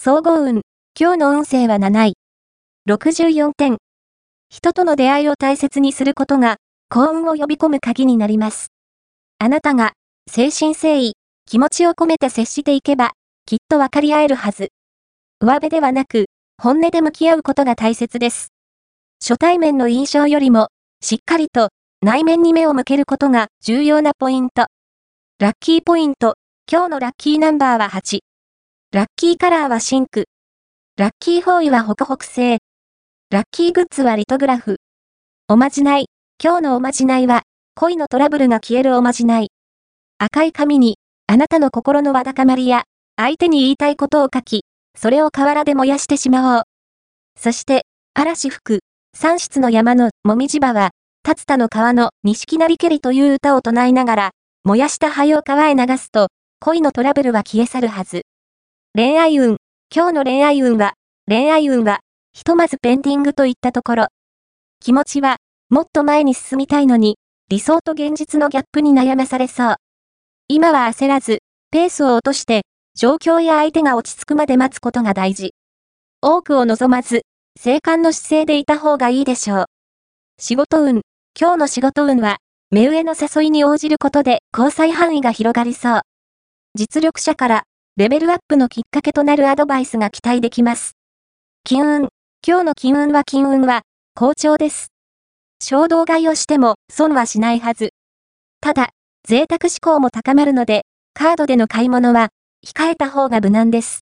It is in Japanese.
総合運。今日の運勢は7位。64点。人との出会いを大切にすることが、幸運を呼び込む鍵になります。あなたが、誠心誠意、気持ちを込めて接していけば、きっと分かり合えるはず。上辺ではなく、本音で向き合うことが大切です。初対面の印象よりも、しっかりと、内面に目を向けることが重要なポイント。ラッキーポイント。今日のラッキーナンバーは8。ラッキーカラーは真紅。ラッキーフォーイはホクホク製。ラッキーグッズはリトグラフ。おまじない。今日のおまじないは、恋のトラブルが消えるおまじない。赤い紙に、あなたの心のわだかまりや、相手に言いたいことを書き、それを河原で燃やしてしまおう。そして、嵐吹く、三室の山のもみじ場は、竜田の川の錦なりけりという歌を唱えながら、燃やした灰を川へ流すと、恋のトラブルは消え去るはず。恋愛運。今日の恋愛運は、ひとまずペンディングといったところ。気持ちは、もっと前に進みたいのに、理想と現実のギャップに悩まされそう。今は焦らず、ペースを落として、状況や相手が落ち着くまで待つことが大事。多くを望まず、静観の姿勢でいた方がいいでしょう。仕事運。今日の仕事運は、目上の誘いに応じることで交際範囲が広がりそう。実力者から、レベルアップのきっかけとなるアドバイスが期待できます。金運。今日の金運は好調です。衝動買いをしても損はしないはず。ただ、贅沢志向も高まるので、カードでの買い物は、控えた方が無難です。